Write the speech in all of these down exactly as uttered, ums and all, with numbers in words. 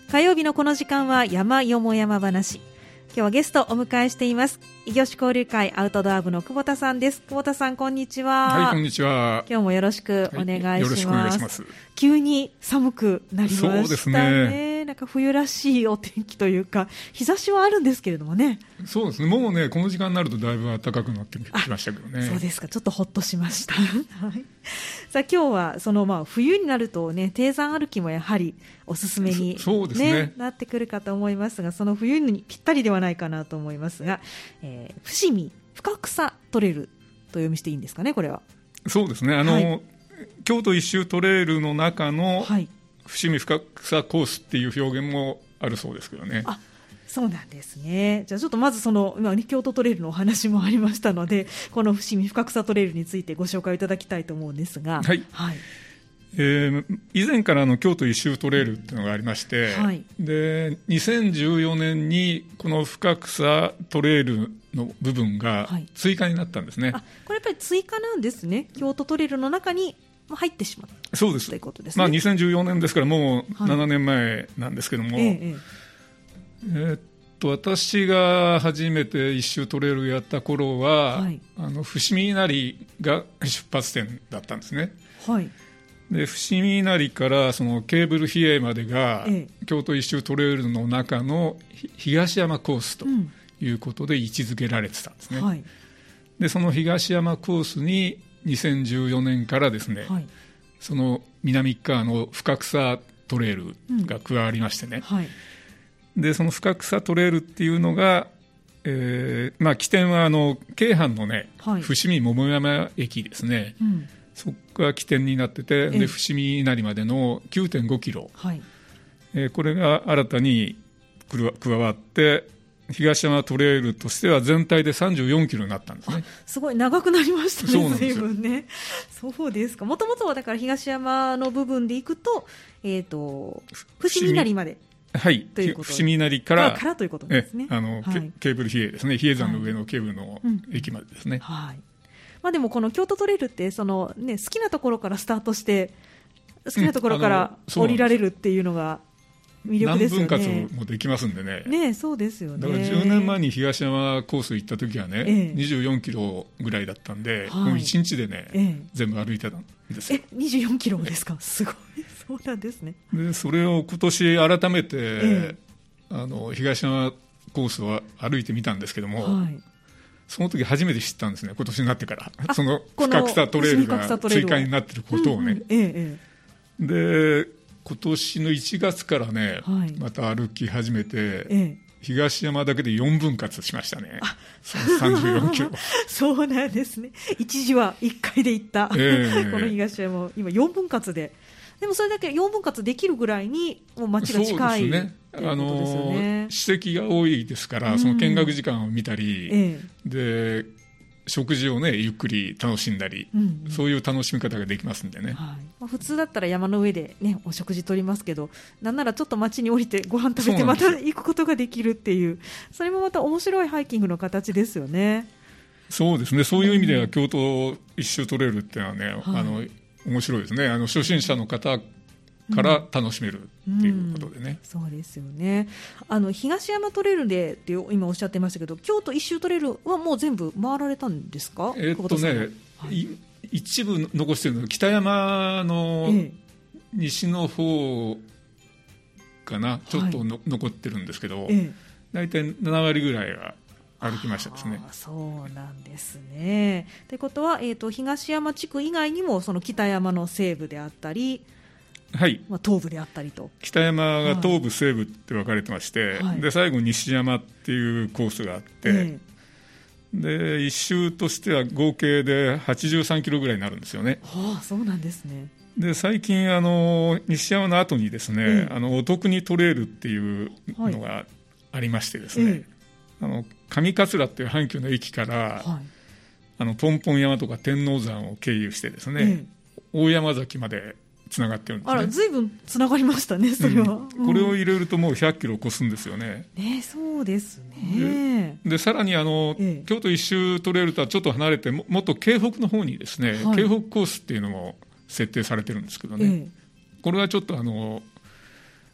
火曜日のこの時間は山よも山話。今日はゲストをお迎えしています。異業種交流会アウトドア部の久保田さんです。久保田さん、こんにちは。 はい、こんにちは。 今日もよろしくお願いします。はい、よろしくお願いします。急に寒くなりましたね。そうですね。なんか冬らしいお天気というか、日差しはあるんですけれどもね。 そうですね。もうね、この時間になるとだいぶ暖かくなってきましたけどね。 そうですか。ちょっとほっとしました。はい。さあ、今日はそのまあ冬になるとね、低山歩きもやはりおすすめに、ね、 そうですね、 なってくるかと思いますが、その冬にぴったりではないかなと思いますが、えー、伏見深草トレイルと読みしていいんですかね、これは。 そうですね。あの、はい、京都一周トレイルの中の、はい、伏見深草コースっていう表現もあるそうですけどね。 あ、そうなんですね。じゃあちょっとまずその今京都トレイルのお話もありましたので、この伏見深草トレイルについてご紹介いただきたいと思うんですが、 はい、はい、えー、以前からの京都一周トレイルっていうのがありまして、はい、でにせんじゅうよねんにこの深草トレイルの部分が追加になったんですね。はい、あ、これやっぱり追加なんですね。京都トレイルの中に入ってしまったそうです。 ということですね。 まあ、にせんじゅうよねんですからもうななねんまえなんですけども、はい、えええー、っと私が初めて一周トレイルやった頃は、はい、あの伏見稲荷が出発点だったんですね。はい、で伏見稲荷からそのケーブル比叡までが、ええ、京都一周トレイルの中の東山コースということで位置づけられてたんですね。うん、はい、でその東山コースににせんじゅうよねんからですね、はい、その南側の深草トレイルが加わりましてね、うん、はい、でその深草トレイルっていうのが、えーまあ、起点はあの京阪のね、はい、伏見桃山駅ですね、うん、そこが起点になってて、で伏見稲荷までの きゅうてんごキロ、はい、えー、これが新たに加わって東山トレイルとしては全体でさんじゅうよんキロになったんですね。 すごい長くなりましたね。そうなんですよ。随分ね。そうですか。もともとはだから東山の部分で行くと、えーと、伏見稲荷まで。 はい。ということ伏見稲荷から、 からということですね。 あの、はい、ケーブル比叡ですね。比叡山の上のケーブルの駅までですね。はい。うん、はい、 まあでもこの京都トレイルってそのね、好きなところからスタートして好きなところから降りられるっていうのが。魅力ですよね。 何分割もできますんでね。 ね、そうですよね。 だからじゅうねんまえに東山コース行った時はね、ええ、にじゅうよんキロぐらいだったんで、はい、もういちにちでね、ええ、全部歩いてたんですよ。 え、にじゅうよんキロですか。すごい。そうなんですね。 でそれを今年改めて、ええ、あの東山コースを歩いてみたんですけども、はい、その時初めて知ったんですね。今年になってからその深草トレイルが追加になっていることをね。うんうん、ええ、で今年のいちがつからね、はい、また歩き始めて、ええ、東山だけでよんぶん割しましたね。さんじゅうよんキロ。 そうなんですね。一時はいっかいで行った、ええ、この東山を今よんぶん割で、でもそれだけよんぶん割できるぐらいにもう街が近い。そうですね。あの史跡が多いですから、その見学時間を見たり、ええ、で食事をねゆっくり楽しんだり、うんうん、そういう楽しみ方ができますんでね。はい、 まあ、普通だったら山の上でねお食事とりますけど、なんならちょっと街に降りてご飯食べてまた行くことができるっていう、それもまた面白いハイキングの形ですよね。 そうですね。そういう意味では、うん、京都一周トレイルっていうのはね、はい、あの面白いですね。あの初心者の方から楽しめるっていうことでね、 うんうん、そうですよね。あの東山トレイルでって今おっしゃってましたけど、京都一周トレイルはもう全部回られたんですか。 えーっとね、はい、一部残してるのは北山の西の方かな、ええ、ちょっとの、はい、残ってるんですけど、ええ、だいたいななわりぐらいは歩きましたですね。 あ、そうなんですね。ということは、えーと、東山地区以外にもその北山の西部であったり、 はい、 まあ、東部であったりと、 北山が東部西部って分かれてまして、はい、で最後西山っていうコースがあって、えー、で一周としては合計ではちじゅうさんキロぐらいになるんですよね。 はあ、そうなんですね。 で最近あの西山の後にですね、えー、あのお得にトレイルっていうのがありましてですね、はい、あの上桂っていう阪急の駅から、はい、あのポンポン山とか天王山を経由してですね、えー、大山崎までつながってるんですね。 あら、ずいぶんつながりましたね、それは、 うん、これを入れるともうひゃっキロを超すんですよね。 ね、そうですね。 で, でさらにあの、ええ、京都一周トレイルとはちょっと離れて も, もっと京北の方にですね、はい、京北コースっていうのも設定されてるんですけどね、ええ、これはちょっとあの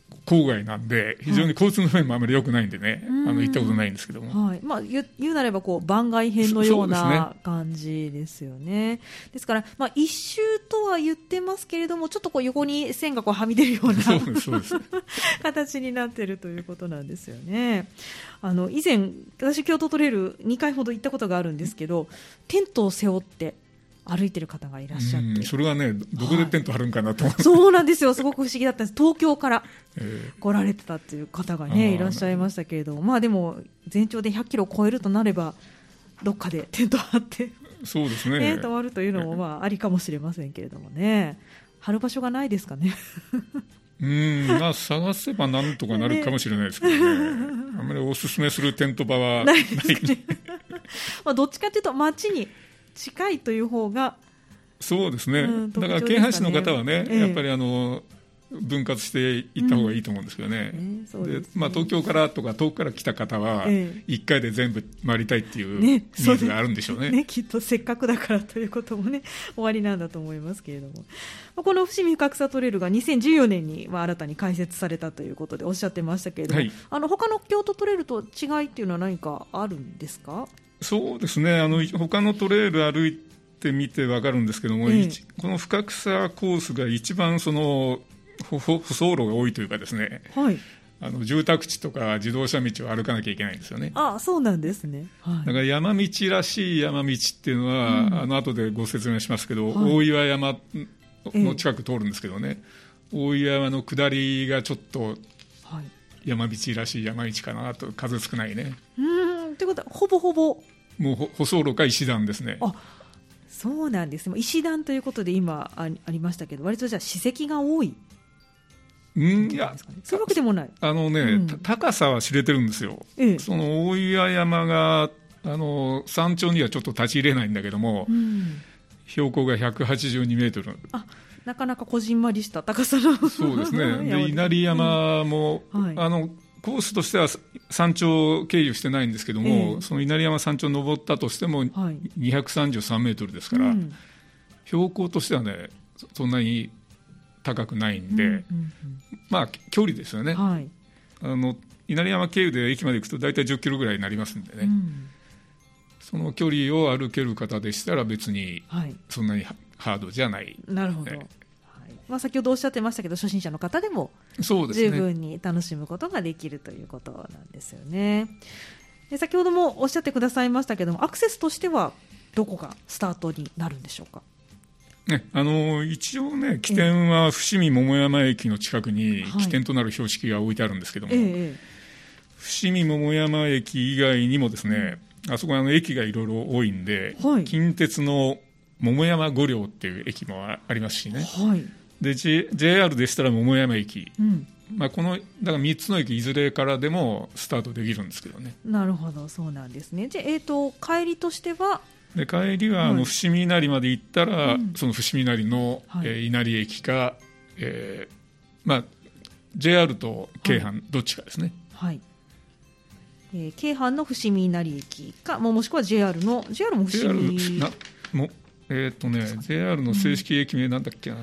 郊外なんで非常に交通の面もあまり良くないんでね、はい、あの行ったことないんですけども、 はい、まあ、言う、言うなればこう番外編のような感じですよね。ですから、まあ、一周とは言ってますけれども、ちょっとこう横に線がこうはみ出るようなそうですそうです形になっているということなんですよね。あの以前私京都トレイルにかいほど行ったことがあるんですけど、テントを背負って歩いてる方がいらっしゃって、 それはね、どこでテント張るんかなと思って、 はい、そうなんですよ、すごく不思議だったんです。東京から来られてたという方が、ね、いらっしゃいましたけれども、まあ、でも全長でひゃっキロを超えるとなればどっかでテント張ってそうですね、 ね、泊まるというのもまあありかもしれませんけれどもね。張る場所がないですかねうん、まあ、探せばなんとかなるかもしれないですけどね、あんまりおすすめするテント場はないですねまあどっちかというと街に近いという方がそうですね、うん、だから京阪市の方はね、ええ、やっぱりあの分割していった方がいいと思うんですけどね、うんえーでねまあ、東京からとか遠くから来た方はいっかいで全部回りたいっていうニーズがあるんでしょうね、 ね、きっとせっかくだからということもね終わりなんだと思いますけれども、この伏見深草トレイルがにせんじゅうよねんに新たに開設されたということでおっしゃってましたけれども、はい、あの他の京都トレイルと違いっていうのは何かあるんですか？ そうですね、あの他のトレイル歩いてみて分かるんですけども、ええ、この深草コースが一番その舗装路が多いというかですね、はい、あの住宅地とか自動車道を歩かなきゃいけないんですよね。 ああ、そうなんですね、はい、 だから山道らしい山道っていうのは、うん、あの後でご説明しますけど、はい、大岩山の近く通るんですけどね、ええ、大岩山の下りがちょっと山道らしい山道かなと、数少ないね。 うんということはほぼほぼもう舗装路か石段ですね。 あ、そうなんですね。石段ということで今 あ, ありましたけど、割とじゃあ史跡が多い、 うん、いやそういうわけでもない。 あのね、うん、高さは知れてるんですよ、ええ、その大岩山があの山頂にはちょっと立ち入れないんだけども、うん、標高がひゃくはちじゅうにメートル、 あ、なかなかこじんまりした高さのそうですね。で稲荷山も、うんはい、あのコースとしては山頂経由してないんですけども、えー、その稲荷山山頂登ったとしてもにひゃくさんじゅうさんメートルですから、はい、標高としてはねそんなに高くないんで、うんうんうん、まあ距離ですよね、はい、あの稲荷山経由で駅まで行くと大体じゅっキロぐらいになりますんでね、うん、その距離を歩ける方でしたら別にそんなにハードじゃない、 はい、なるほど、ね、まあ、先ほどおっしゃってましたけど初心者の方でも十分に楽しむことができるということなんですよね。で先ほどもおっしゃってくださいましたけども、アクセスとしてはどこがスタートになるんでしょうか？ ね、あの一応ね起点は伏見桃山駅の近くに起点となる標識が置いてあるんですけども、はいええ、伏見桃山駅以外にもですね、あそこはあの駅がいろいろ多いんで、はい、近鉄の桃山五両っていう駅もありますしね、はいで J、ジェイアール でしたら桃山駅、うんまあ、このだからみっつの駅いずれからでもスタートできるんですけどね。 なるほど、そうなんですね。じゃあ、えーと、帰りとしてはで帰りはあの伏見稲荷まで行ったら、はい、その伏見稲荷の、はいえー、稲荷駅か、えーまあ、ジェイアール と京阪、はい、どっちかですね、はいえー、京阪の伏見稲荷駅かもしくは ジェイアール の ジェイアール も伏見ジェイアール もえーとね、ジェイアール の正式駅名なんだっけな、うん、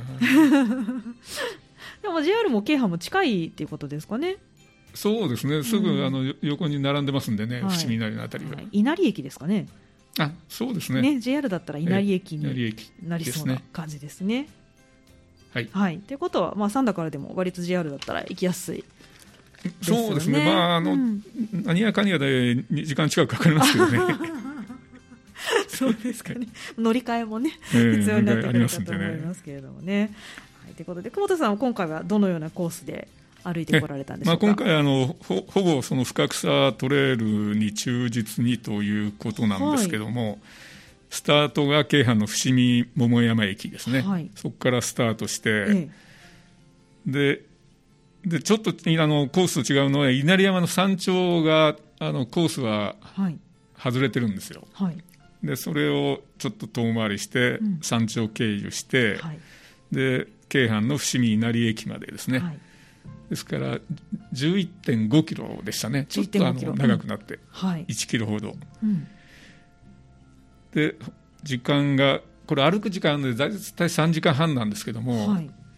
でも ジェイアール も京阪も近いっていうことですかね。 そうですね、すぐ、うん、あの横に並んでますんでね、はい、伏見稲荷のあたりは、はい、 稲荷駅ですかね。 あ、そうですね、 ね ジェイアール だったら稲荷駅になりそうな感じですね。はい、はい、ということは、まあ、三田からでも割と ジェイアール だったら行きやすいですよね。 そうですね、まああのうん、何やかんやでにじかん近くかかりますけどねそうですかね、乗り換えもね、えー、必要になってくるかと思いますけれどもね。はい、ということで久保田さんは今回はどのようなコースで歩いてこられたんでしょうか？ まあ、今回あの ほ, ほぼその深草トレイルに忠実にということなんですけども、はい、スタートが京阪の伏見桃山駅ですね、はい、そこからスタートして、ええ、で, でちょっとあのコースと違うのは稲荷山の山頂があのコースは外れてるんですよ、はい、でそれをちょっと遠回りして、うん、山頂経由して、はい、で京阪の伏見稲荷駅までですね、はい、ですから じゅういってんごキロでしたね。ちょっとあの長くなって、うんはい、いちキロほど、うん、で時間がこれ歩く時間でだいたいさんじかんはんなんですけども、はい、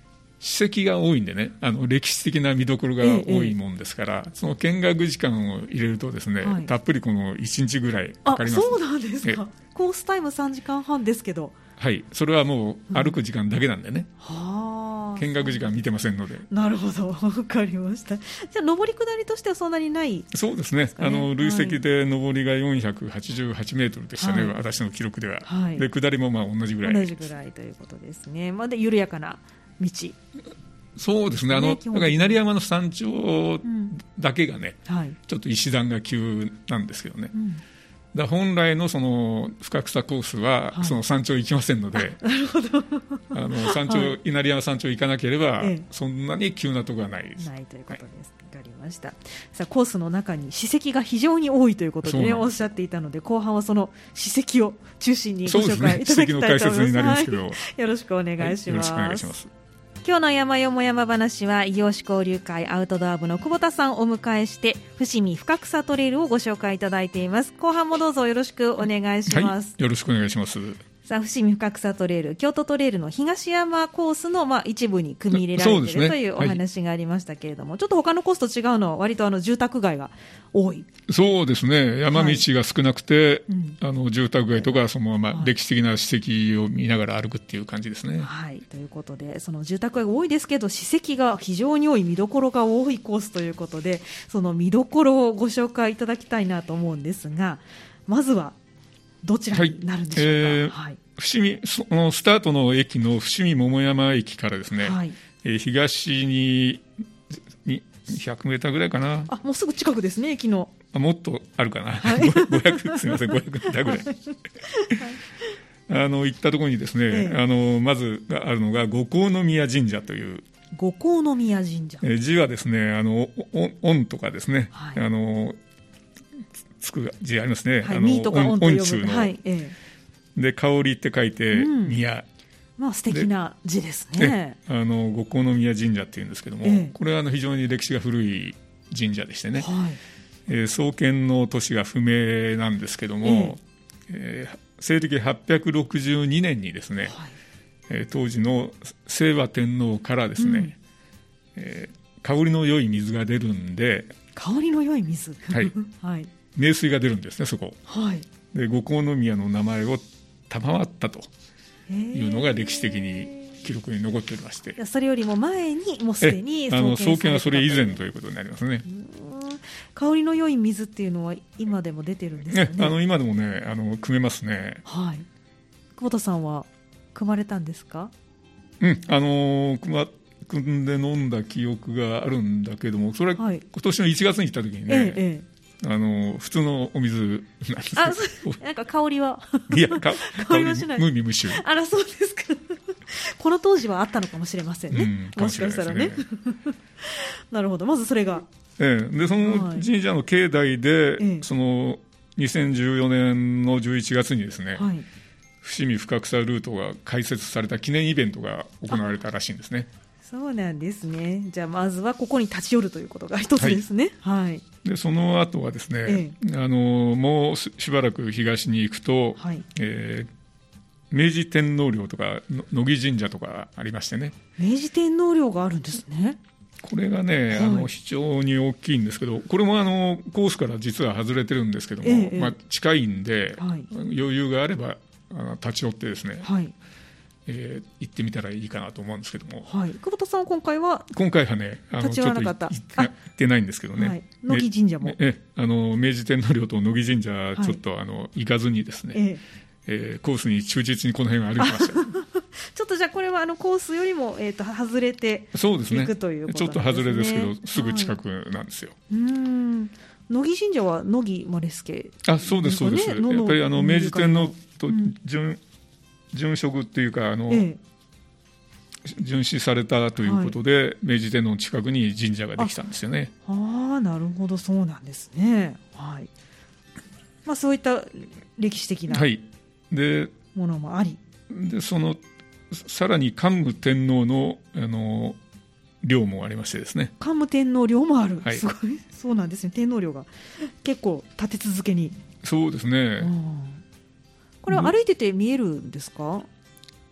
史跡が多いんでね、あの歴史的な見どころが多いもんですから、ええ、その見学時間を入れるとですね、はい、たっぷりこのいちにちぐらいかかります。 あ、そうなんですか。コースタイムさんじかんはんですけど。 はい、それはもう歩く時間だけなんでね、 うん、は見学時間見てませんので。 なるほど、分かりました。じゃあ上り下りとしてはそんなにない、ね、 そうですね、あの累積で上りがよんひゃくはちじゅうはちメートルでしたね、はい、私の記録では、はい、で下りもまあ同じぐらい同じぐらいということですね。まあ、で緩やかな道。 そうですね、あのだから稲荷山の山頂だけがね、うんはい、ちょっと石段が急なんですけどね、うん、だ本来のその深草コースはその山頂行きませんので、はい、 なるほどあの山頂、はい、稲荷山山頂行かなければ、ええ、そんなに急なところはないです。 ないということです、はい、分かりました。さあコースの中に史跡が非常に多いということで、ね、おっしゃっていたので、後半はその史跡を中心にご紹介いただきたいと思います。そうですね、史跡の解説になりますけど、はい、よろしくお願いします、はい、よろしくお願いします。今日の山よも山話は異業種交流会アウトドア部の久保田さんをお迎えして伏見深草トレイルをご紹介いただいています。後半もどうぞよろしくお願いします、 はい、よろしくお願いします。 さあ伏見深草トレイル、京都トレイルの東山コースのまあ一部に組み入れられている、ね、というお話がありましたけれども、はい、ちょっと他のコースと違うのは割とあの住宅街が多い。 そうですね、山道が少なくて、はいうん、あの住宅街とかそのまま歴史的な史跡を見ながら歩くっていう感じですね、 はい、ということでその住宅街が多いですけど史跡が非常に多い、見どころが多いコースということで、その見どころをご紹介いただきたいなと思うんですが、まずはどちらになるんでしょうか。はいえーはい伏見そのスタートの駅の伏見桃山駅からですね、はいえー、東ににひゃくメーターぐらいかな。 あ、もうすぐ近くですね、駅の。 あもっとあるかな、はい、ごひゃくすみませんごひゃくメーターぐらい、はい、あの行ったところにですね、ええ、あのまずあるのが五光宮神社という五光宮神社、 えー、字はですねあの御とかですね、はい、あのつく字ありますね、 はい、御とか御と読む、 はいええで香りって書いて、うん、宮、 まあ素敵な字ですね。 あの五光宮神社っていうんですけども、ええ、これはあの非常に歴史が古い神社でしてね、はいえー、創建の年が不明なんですけども、えええー、西暦はっぴゃくろくじゅうにねんにですね、はいえー、当時の清和天皇からですね、うんえー、香りの良い水が出るんで、 香りの良い水、 はいはい、名水が出るんですね、そこ、はい、で五光宮の名前を賜ったというのが歴史的に記録に残っておりまして、 それよりも前にもうすでにあの創建はそれ以前ということになりますね。 香りの良い水っていうのは今でも出てるんですかね。 あの今でもねあの汲めますね、はい、 久保田さんは汲まれたんですか。 うんあの汲ま汲んで飲んだ記憶があるんだけども、それは今年のいちがつに行った時にね、えええあの普通のお水なんですあなんか香りはいやか香りはしない、無味無臭。 あらそうですかこの当時はあったのかもしれませんね、うん、もしかしたらねなるほど、まずそれが、 ええ、でその神社の境内で、はい、そのにせんじゅうよねんのじゅういちがつにですね、はい、伏見深草ルートが開設された記念イベントが行われたらしいんですね。 そうなんですね。じゃあまずはここに立ち寄るということが一つですね、はいはい、 でその後はですね、ええ、あのもうしばらく東に行くと、はいえー、明治天皇陵とか乃木神社とかありましてね。 明治天皇陵があるんですね。 これがね、はい、あの非常に大きいんですけど、これもあのコースから実は外れてるんですけども、ええまあ、近いんで、はい、余裕があればあの立ち寄ってですね、はいえー、行ってみたらいいかなと思うんですけども、 はい、久保田さんは今回は今回はねあの立ち寄らなかった、 ちょっと行ってないんですけどね、はい、 乃木神社もえあの明治天皇陵と乃木神社ちょっと、はい、あの行かずにですね、えええー、コースに忠実にこの辺を歩きましたちょっとじゃあこれはあのコースよりも、えー、と外れていくということなんですね。 ちょっと外れですけどすぐ近くなんですよ、はい、 うん乃木神社は乃木マレスケ、 あそうですそうです、やっぱりあの明治天皇と順、うん殉職っていうかあの、ええ、殉死されたということで、はい、明治天皇の近くに神社ができたんですよね。 ああなるほどそうなんですね、はいまあ、そういった歴史的なものもあり、 はい、でそのさらに桓武天皇のあの陵もありましてですね。 桓武天皇陵もある、はい、すごいそうなんですね。天皇陵が結構立て続けに。 そうですね、 これは歩いてて見えるんですか。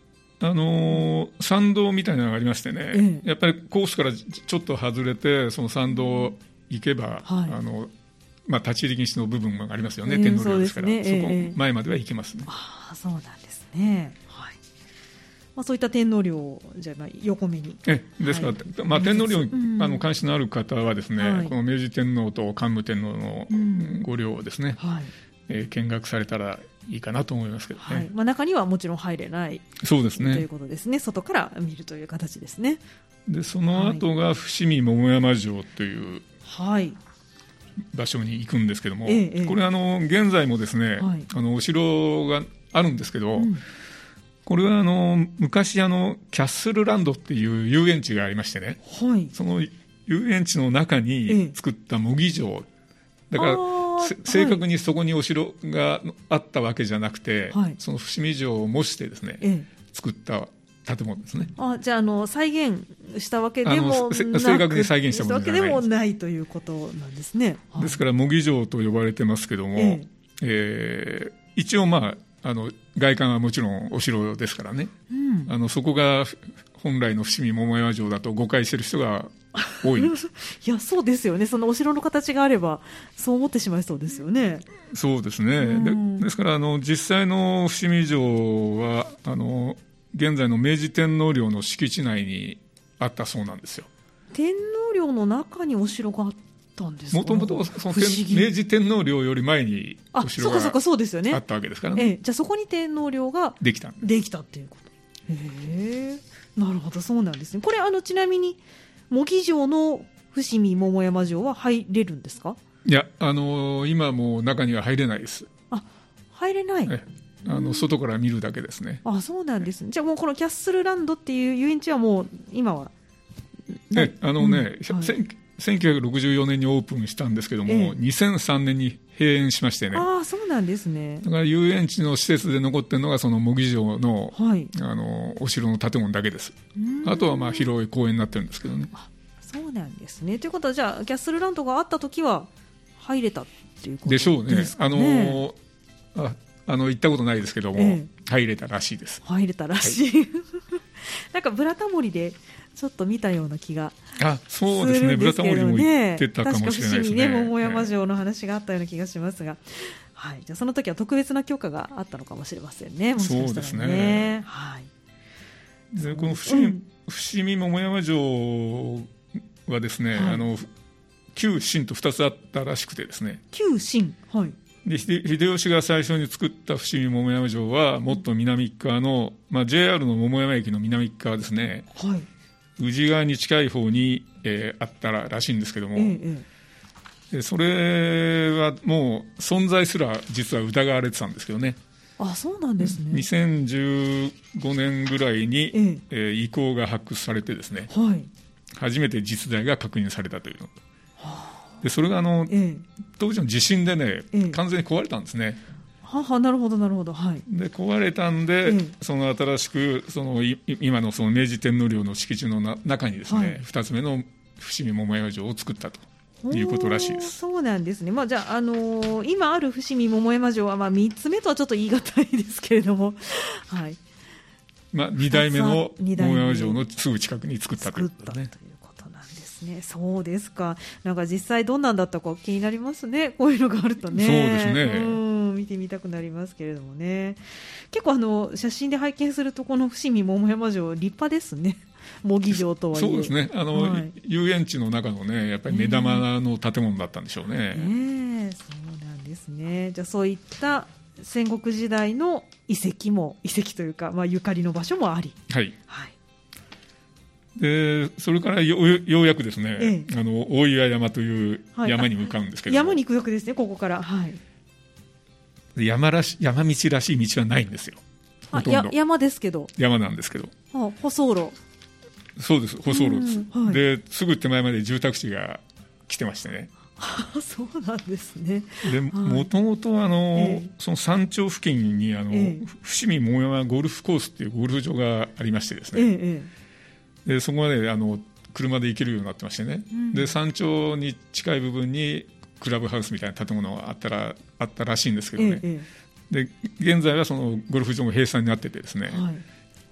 あのー、参道みたいなのがありましてね、ええ、やっぱりコースからちょっと外れてその参道行けば、はい、あのまあ、立ち入り禁止の部分がありますよね、えー、天皇陵ですから、そ、ね、そこ前までは行けますね。 ああ、そうなんですね、はい。まあ、そういった天皇陵じゃない横目にえですから、はい、まあ、天皇陵にあの関心のある方はですね、はい、この明治天皇と桓武天皇の御陵をですね、うん、はい、えー、見学されたらいいかなと思いますけどね、はい、 まあ、中にはもちろん入れないそうですねということですね。外から見るという形ですね。 でその後が伏見桃山城という場所に行くんですけども、はい、これあの現在もですね、はい、あのお城があるんですけど、うん、これはあの昔あのキャッスルランドっていう遊園地がありましてね、はい、その遊園地の中に作った模擬城だから、正確にそこにお城があったわけじゃなくて、はい、その伏見城を模してですね、ええ、作った建物ですね。 あ、じゃあ、あの再現したわけでもなく、 正確に再現したものじゃないわけでもないということなんですね。 はい、ですから模擬城と呼ばれてますけども、えええー、一応、まあ、あの外観はもちろんお城ですからね、うん、あのそこが本来の伏見桃山城だと誤解している人が多いです。 いや、そうですよね。そのお城の形があればそう思ってしまいそうですよね。 そうですね、うん、でですからあの実際の伏見城はあの現在の明治天皇陵の敷地内にあったそうなんですよ。 天皇陵の中にお城があったんですか。 もともとその明治天皇陵より前にお城があったわけですからね。 ええ、じゃあそこに天皇陵ができたできたっていうこと。へえ、なるほど、そうなんですね。これあのちなみに模擬城の伏見桃山城は入れるんですか。 いや、あのー、今もう中には入れないです。 あ、入れない。 えあの外から見るだけですね。 あ、そうなんですね。じゃあもうこのキャッスルランドっていう遊園地はもう今はえあのね、うん、はい、せんきゅうひゃくろくじゅうよねんにオープンしたんですけども、ええ、にせんさんねんに閉園しましてね。 ああ、そうなんですね。 だから遊園地の施設で残っているのがその模擬城の、はい、あのお城の建物だけです。あとはまあ広い公園になってるんですけどね。 あ、そうなんですね。ということはじゃあキャッスルランドがあった時は入れたっていうことですかね。 でしょうね。あのああの行ったことないですけども、ええ、入れたらしいです。 入れたらしい、はい、なんかブラタモリでちょっと見たような気がするんですけどね。あ、そうですね、ブラタモリも行ってたかもしれないですね。確か伏見ね、桃山城の話があったような気がしますが、はい、じゃあその時は特別な許可があったのかもしれませんね。もしかしたらね。そうですね、はい、 でこの伏見、うん、伏見桃山城はですね、はい、あの旧神とふたつあったらしくてですね。 旧神、はい。 で秀吉が最初に作った伏見桃山城はもっと南側の、まあ、ジェイアール の桃山駅の南側ですね、はい、宇治川に近い方に、えー、あったらしいんですけども、ええ、でそれはもう存在すら実は疑われてたんですけどね。 あ、そうなんですね。 にせんじゅうごねんぐらいに、えええー、遺構が発掘されてですね、はい、初めて実在が確認されたというの。はあ、でそれがあの、ええ、当時の地震でね、ええ、完全に壊れたんですね。 はは、なるほどなるほど、はい、 で壊れたんで、ええ、その新しくその今のその明治天皇陵の敷地のな中にですね、はい、ふたつめの伏見桃山城を作ったということらしいです。 そうなんですね。まあ、じゃあ、あのー、今ある伏見桃山城はまあみっつめとはちょっと言い難いですけれども、はい、 まあ、にだいめの桃山城のすぐ近くに作ったということね。 ね、そうですか。なんか実際どんなんだったか気になりますね。こういうのがあるとね。 そうですね。 うん、見てみたくなりますけれどもね。結構あの写真で拝見するとこの伏見桃山城立派ですね。模擬城とはいえ。 そうですね。あの、はい、遊園地の中のね、やっぱり目玉の建物だったんでしょうね。 えー、えー、そうなんですね。じゃあそういった戦国時代の遺跡も遺跡というか、まあ、ゆかりの場所もあり。 はい。はい。でそれからよ, ようやくですね、ええ、あの大岩山という山に向かうんですけど、 はい、山に行くわけですね、ここから、はい、 山, らし山道らしい道はないんですよ。ほとんどや山ですけど山なんですけど、 あ、舗装路。 そうです、舗装路です、はい、ですぐ手前まで住宅地が来てましてね。 そうなんですね。 で、もともとあの、ええ、その山頂付近にあの、ええ、伏見桃山ゴルフコースっていうゴルフ場がありましてですね、ええでそこまであの車で行けるようになってましてね、うん、で山頂に近い部分にクラブハウスみたいな建物があったらあったらしいんですけどね、ええ、で現在はそのゴルフ場も閉鎖になっててですね、はい、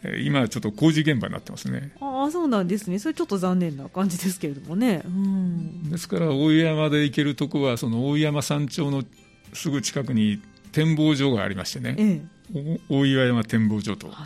今ちょっと工事現場になってますね。 ああ、そうなんですね。それちょっと残念な感じですけれどもね。うん、 ですから大井山で行けるとこはその大井山山頂のすぐ近くに展望所がありましてね、ええ、大井山展望所と、はい、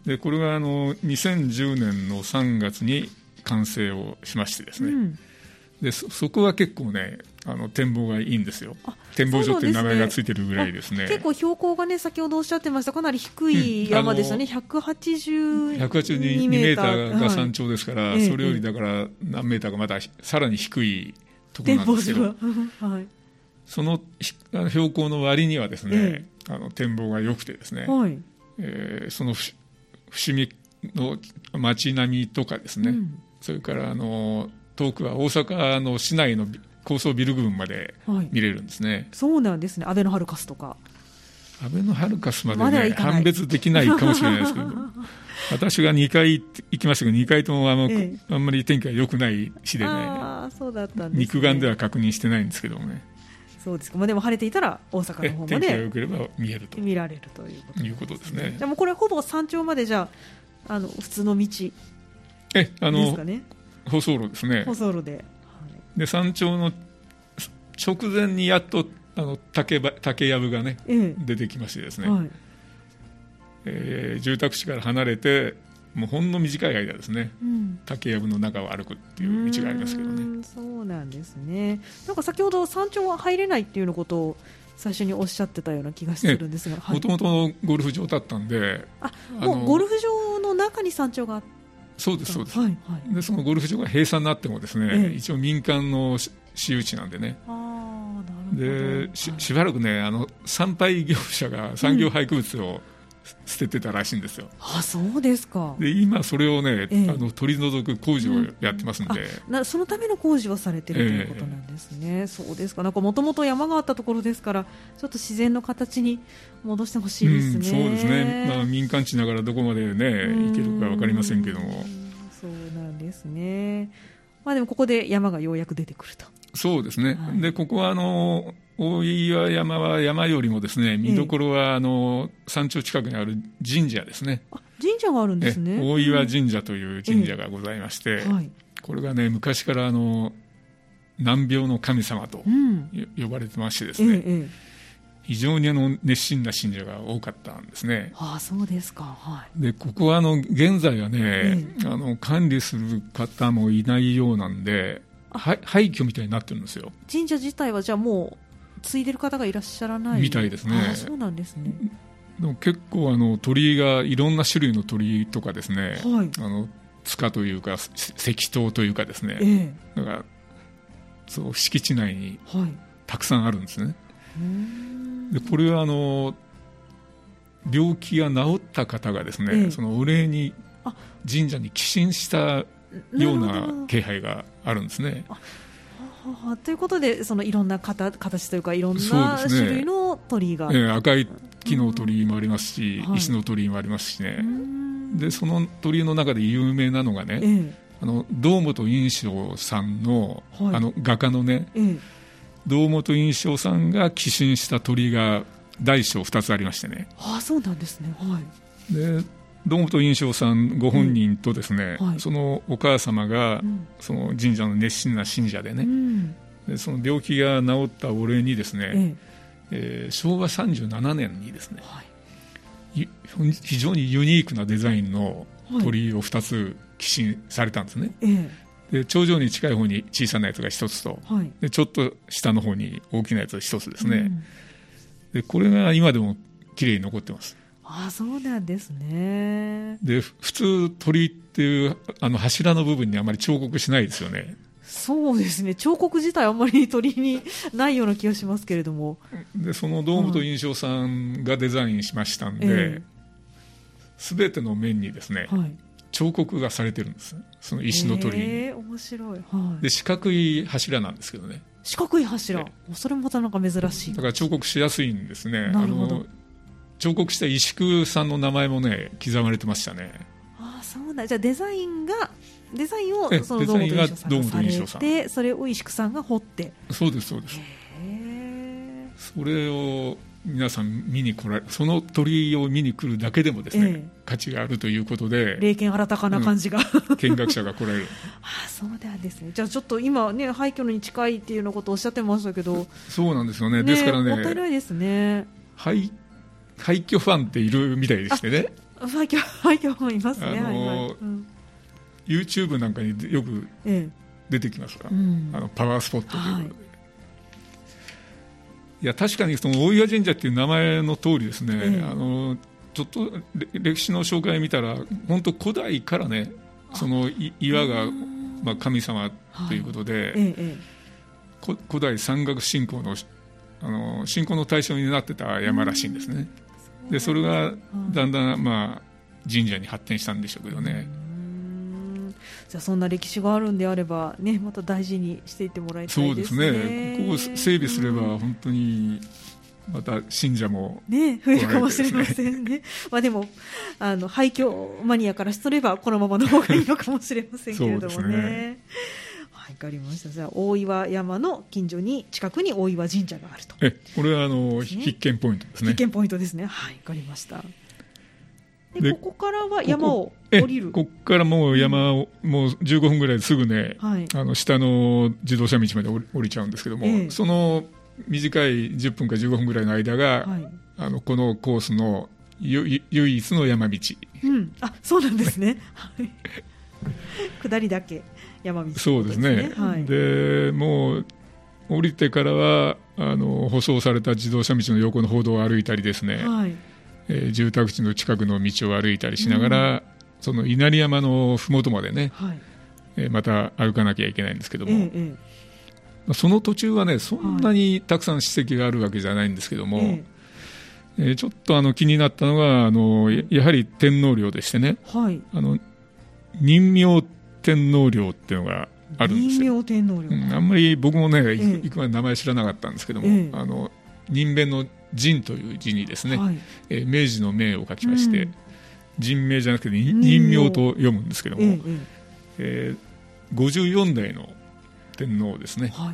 でこれがあのにせんじゅうねんのさんがつに完成をしましてですね、うん、で そ, そこは結構ねあの展望がいいんですよ。展望所という名前がついてるぐらいですね。 結構標高がね先ほどおっしゃってましたかなり低い山ですよね、うん、ひゃくはちじゅうにメーターが山頂ですから、はい、それよりだから何メーターかまたさらに低いところなんですけど、はい、その標高の割にはですね、ええ、あの展望が良くてですね、はい、えー、その伏見の街並みとかですね、うん、それからあの遠くは大阪の市内の高層ビル群まで見れるんですね、はい、 そうなんですね。アベノハルカスとかアベノハルカスまで、ね、ま判別できないかもしれないですけど私がにかい行きましたけどにかいともあの、ええ、あんまり天気が良くない日でね、 あそうだったんですね、 肉眼では確認してないんですけどもね。 そうですか、まあ、でも晴れていたら大阪の方もね天気が良ければ見えると見られるということですね。 いうことですね。 じゃあもうこれほぼ山頂までじゃあ、あの普通の道えあのですかね。 舗装路ですね。 舗装路で、はい、 で山頂の直前にやっとあの 竹, 竹やぶがね、ええ、出てきましてですね、はい、えー、住宅地から離れてもうほんの短い間ですね、うん、竹やぶの中を歩くっていう道がありますけどね。 そうなんですね。なんか先ほど山頂は入れないっていうのことを最初におっしゃってたような気がするんですが、 もともとのゴルフ場だったんで、 あもうゴルフ場の中に山頂があった。 そうですそうです、 はいはい、 でそのゴルフ場が閉鎖になってもですね、ええ、一応民間の私有地なんでね、 あなるほど、 で し, しばらくねあの参拝業者が産業廃棄物を捨ててたらしいんですよ、 うん、あそうですか。 で今それをね、ええ、あの取り除く工事をやってますんで、 うん、なそのための工事をされているということなんですね、ええ、そうですか。なんかもともと山があったところですからちょっと自然の形に戻してほしいですね、うん、 そうですね、まあ、民間地ながらどこまでね行けるか分かりませんけども、 そうなんですね。まあ、でもここで山がようやく出てくると。 そうですね、はい、でここはあの大岩山は山よりもですね見どころはあの山頂近くにある神社ですね。 あ神社があるんですね。 大岩神社という神社がございまして、はい、これがね昔からあの難病の神様と呼ばれてましてですね、うんええ、非常にあの熱心な信者が多かったんですね。 ああそうですか、はい、 でここはあの現在はね、ええ、あの管理する方もいないようなんで廃墟みたいになってるんですよ。 神社自体はじゃあもう継いでる方がいらっしゃらないみたいですね。 あそうなんですね。 でも結構あの鳥居がいろんな種類の鳥居とかですね、はい、あの塚というか石塔というかですね、ええ、だからそう敷地内にたくさんあるんですね、はい、でこれはあの病気が治った方がですね、ええ、そのお礼に神社に寄進したような気配があるんですね。あははということでそのいろんな 形, 形というかいろんな種類の鳥居が、 ねえー、赤い木の鳥居もありますし、うん、石の鳥居もありますしね、はい、でその鳥居の中で有名なのがね、えー、あの堂本印章さん の,、はい、あの画家のね、えー、堂本印章さんが寄進した鳥居が大小ふたつありましてね。 ああそうなんですね、はい、 で堂本印章さんご本人とですね、うんはい、そのお母様が、うん、その神社の熱心な信者でね、うん、でその病気が治ったお礼にですね、えええー、しょうわさんじゅうななねんにですね、はい、非常にユニークなデザインの鳥居をふたつ寄進されたんですね、はい、で頂上に近い方に小さなやつがひとつと、はい、でちょっと下の方に大きなやつがひとつですね、うん、でこれが今でもきれいに残ってます。 ああそうなんですね。 で普通鳥居っていうあの柱の部分にあまり彫刻しないですよね。 そうですね、彫刻自体あんまり鳥居にないような気がしますけれども、 でその堂本印章さんがデザインしましたんで、えー、全ての面にですね、はい、彫刻がされてるんです、その石の鳥居に、 えー、面白い、はい、 で四角い柱なんですけどね。 四角い柱、それもまたなんか珍しい。 だから彫刻しやすいんですね。なるほど。あの彫刻した石工さんの名前もね刻まれてましたね。 ああそうだ。じゃあデザインがデザインをその堂本印章さんがされて、それを石工さんが彫って。 そうですそうです。へそれを皆さん見に来られその鳥居を見に来るだけでもですね、ええ、価値があるということで霊験新たかな感じが、 うん、見学者が来られるああそうなんですね。じゃあちょっと今ね廃墟に近いっていうようなことをおっしゃってましたけどそうなんですよね。ですからねもったいないですね。 廃廃墟ファンっているみたいでしてね。 廃墟廃墟ファンいますね。あのーはいはいうん、 YouTube なんかによく出てきますから、ええうん、あのパワースポットということで、はいいや確かにその大岩神社っていう名前の通りですね、ええ、あのちょっと歴史の紹介を見たら本当古代からねその岩が、まあ、神様ということで、はいええ、古代山岳信仰 の, あの信仰の対象になってた山らしいんですね。でそれがだんだん、まあ、神社に発展したんでしょうけどね。 じゃあそんな歴史があるんであれば、ね、また大事にしていってもらいたいですね。 そうですね。ここを整備すれば本当にまた信者も、 ね、増えるかもしれませんね。まあでもあの廃墟マニアからしとればこのままの方がいいのかもしれませんけれども ね, ねはい、分かりました。じゃあ大岩山の近所に近くに大岩神社があると。 えこれはあの、ね、必見ポイントですね。 必見ポイントですね。はい、分かりました。でここからは山を降りる。 ここからもう山を、うん、もうじゅうごふんぐらいですぐね、はい、あの下の自動車道まで降りちゃうんですけども、ええ、その短いじゅっぷんかじゅうごふんぐらいの間が、はい、あのこのコースの唯一の山道、 うん、あそうなんですね下りだけ山道、ね、 そうですね、はい、でもう降りてからはあの舗装された自動車道の横の歩道を歩いたりですね、はいえー、住宅地の近くの道を歩いたりしながら、うん、その稲荷山のふもとまでね、はいえー、また歩かなきゃいけないんですけども、ええまあ、その途中はねそんなにたくさん史跡があるわけじゃないんですけども、えええー、ちょっとあの気になったのがあのやはり天皇陵でしてね、はい、あの仁明天皇陵っていうのがあるんですよ。 仁明天皇陵、 うん、あんまり僕もね、ええ、行くまで名前知らなかったんですけども、ええ、あの人弁の仁という字にですね、はいえー、明治の明を書きまして、うん、人名じゃなくて仁明と読むんですけども、えええー、ごじゅうよん代の天皇ですね、はい、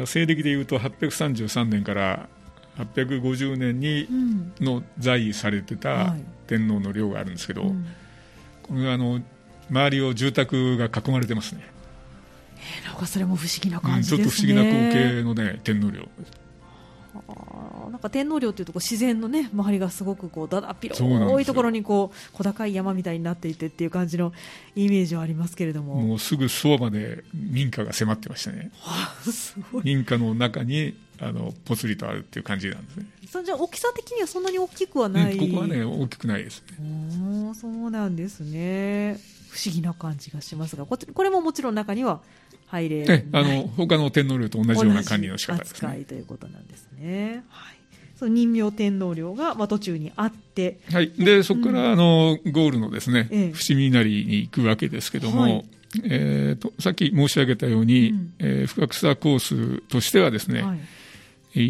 西暦でいうとはっぴゃくさんじゅうさんねんからはっぴゃくごじゅうねんにの在位されてた天皇の陵があるんですけど、うん、これはあの周りを住宅が囲まれてますね。 えー、なんかそれも不思議な感じですね、 うん、ちょっと不思議な光景の、ね、天皇陵です。 あなんか天皇陵というとこう自然の、ね、周りがすごくこうだだっ広いところにこう小高い山みたいになっていてっていう感じのイメージはありますけれども、 もうすぐそばまで民家が迫ってましたね。 はあ、すごい。 民家の中にあのぽつりとあるっていう感じなんですね。 それじゃあ大きさ的にはそんなに大きくはない、 うん、ここはね大きくないですね。そうなんですね。不思議な感じがしますが、ここれももちろん中には入れない。 あの他の天皇陵と同じような管理の仕方ですね。 扱いということなんですね。はい、その仁明天皇陵が、まあ、途中にあって、 はい、でそこからあの、うん、ゴールのですね、ええ、伏見稲荷に行くわけですけども、はいえー、とさっき申し上げたように、うんえー、深草コースとしてはですね、はい、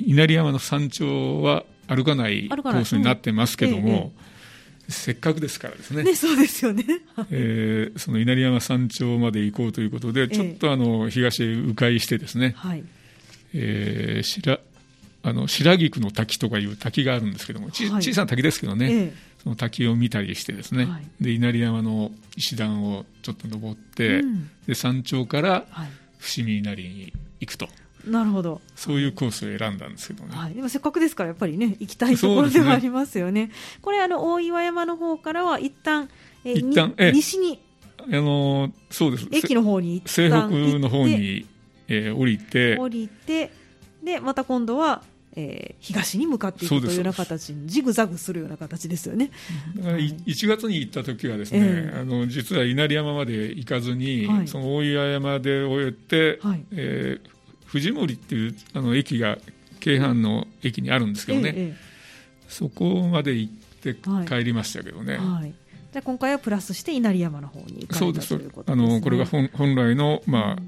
稲荷山の山頂は歩かないコースになってますけども、うんええせっかくですからですね。 ね、そうですよね。 えー、その稲荷山山頂まで行こうということで、ちょっとあの東へ迂回してですね、はいえー、白あの白菊の滝とかいう滝があるんですけども、ち、はい、小さな滝ですけどね、ええ、その滝を見たりしてですね、はい、で稲荷山の石段をちょっと登って、うん、で山頂から伏見稲荷に行くと。 なるほど。 そういうコースを選んだんですけどね、 はい、でもせっかくですからやっぱりね行きたいところではありますよ ね, ねこれあの大岩山の方からは一旦、えー、一旦え西にあのそうです駅の方に一西北の方に、えー、降りて降りてでまた今度は、えー、東に向かっていくというような形にジグザグするような形ですよね。 だからいちがつに行った時はですね、えー、あの実は稲荷山まで行かずに、はい、その大岩山で終えて、はいえー藤森っていうあの駅が京阪の駅にあるんですけどね、ええ、そこまで行って帰りましたけどね、はいはい、 じゃあ今回はプラスして稲荷山の方に行かれたということですね。 あのこれが 本, 本来の、まあうん、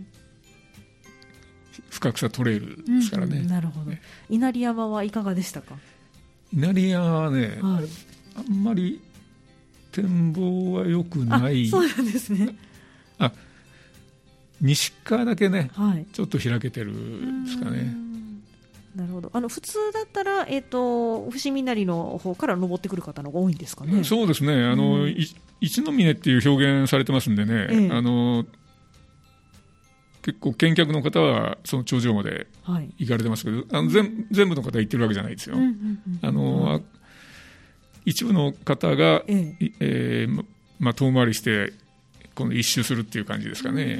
深草トレイルですからね、 うん、なるほど。稲荷山はいかがでしたか？ 稲荷山はね、はい、あんまり展望は良くない。 あ、そうなんですね。 あ西側だけね、はい、ちょっと開けてるんですかね。 なるほど。あの普通だったら、えーと、伏見稲荷の方から登ってくる方の方が多いんですかね。 そうですね、あの、うん、一の峰っていう表現されてますんでね、ええ、あの結構見客の方はその頂上まで行かれてますけど、はい、あの 全, 全部の方行ってるわけじゃないですよ。うんうんうん、あの、はい、一部の方が、えええーまあ、遠回りしてこの一周するっていう感じですかね。 うん、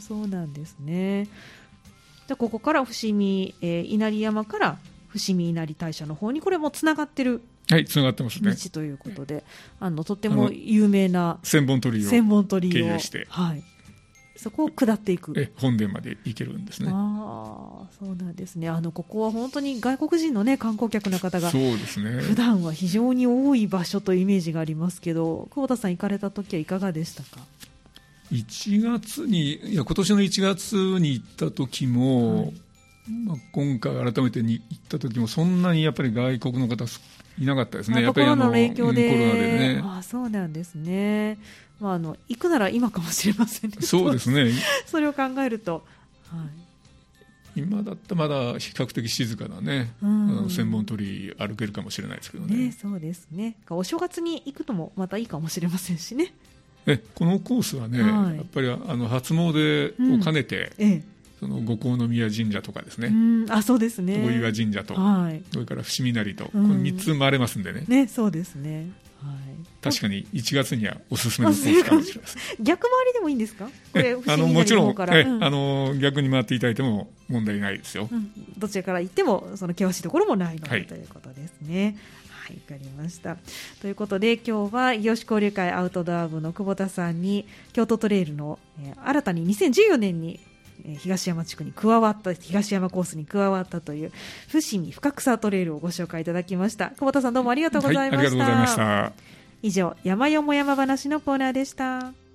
そうなんですね。じゃあここから伏見、えー、稲荷山から伏見稲荷大社の方にこれもつながってる、 はい、つながってますね。 道ということで、あのとても有名な千本鳥居を千本鳥居を経由して、 はい、そこを下っていく、 え本殿まで行けるんですね。 あ、そうなんですね。あのここは本当に外国人の、ね、観光客の方がそうですね、 普段は非常に多い場所というイメージがありますけど、久保田さん行かれた時はいかがでしたか。 いちがつにいや今年のいちがつに行った時も、はい、まあ、今回改めてに行った時もそんなにやっぱり外国の方いなかったですね。やっぱりあのコロナの影響で、 コロナでね。 あ、そうなんですね。まあ、あの行くなら今かもしれませんね。 そうですねそれを考えると、はい、 今だったらまだ比較的静かなね、うん、あの千本鳥居歩けるかもしれないですけど ね, ね。そうですね。お正月に行くともまたいいかもしれませんしね。 えこのコースはね、はい、やっぱりあの初詣を兼ねて、うん、ええ、その五光宮神社とかですね、 うん、あ、そうですね、 大岩神社と、はい、それから伏見稲荷と、うん、このみっつ回れますんでね。 ね、そうですね、はい、 確かにいちがつにはおすすめのコースかもしれません。 逆回りでもいいんですか。これあのもちろん、え、うん、あの逆に回っていただいても問題ないですよ、うん、 どちらから行ってもその険しいところもないので、はい、ということですね。はい、わかりました。ということで今日は異業種交流会アウトドア部の久保田さんに京都トレイルの、えー、新たににせんじゅうよねんに東山地区に加わった東山コースに加わったという伏見深草トレイルをご紹介いただきました。久保田さん、どうもありがとうございました。 はい、ありがとうございました。 以上、山よも山話のコーナーでした。